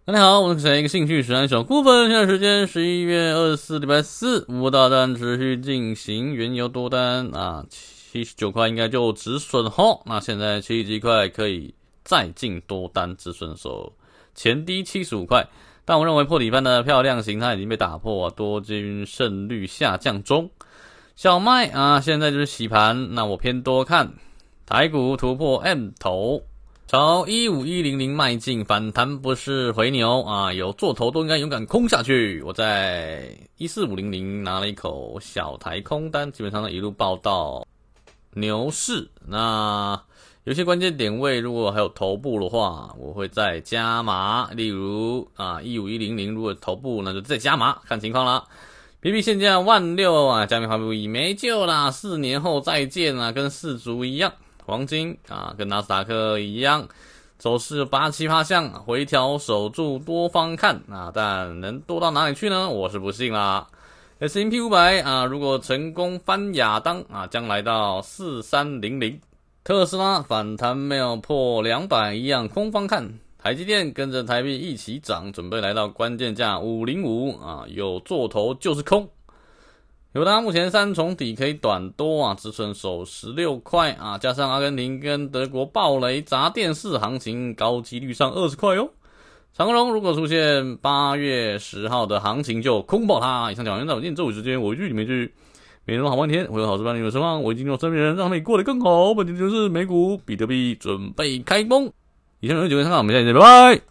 大家好，我是一个兴趣使然小股份。现在时间11月24礼拜四，五大单持续进行，原油多单79块应该就止损吼。那现在70几块可以再进多单止损手，前低75块。但我认为破底盘的漂亮形态已经被打破多军胜率下降中。小麦现在就是洗盘，那我偏多看台股突破 M 头。朝15100迈进，反弹不是回牛有做头都应该勇敢空下去。我在14500拿了一口小台空单，基本上一路报到牛市。那有些关键点位，如果还有头部的话，我会再加码。例如15100，如果头部那就再加码，看情况啦。BB 现价16000加密货币没救啦，4年后再见跟世足一样。黄金跟纳斯达克一样，走势8-7%像，回调守住多方看但能多到哪里去呢？我是不信啦。S&P 500如果成功翻亚当将来到4300。特斯拉反弹没有破200一样空方看。台积电跟着台币一起涨，准备来到关键价505有做头就是空。友达目前3重底可以短多止损守16块加上阿根廷跟德国暴雷砸电视行情，高几率上20块哦。长荣如果出现8月10号的行情就空爆它。以上讲完，那我今天周五时间我去里面去，每天都好半天，我有好事帮你们声望，我已经用身边人让他们过得更好。本期就是美股比特币准备开崩。以上就是9位参考，我们下期见，拜拜。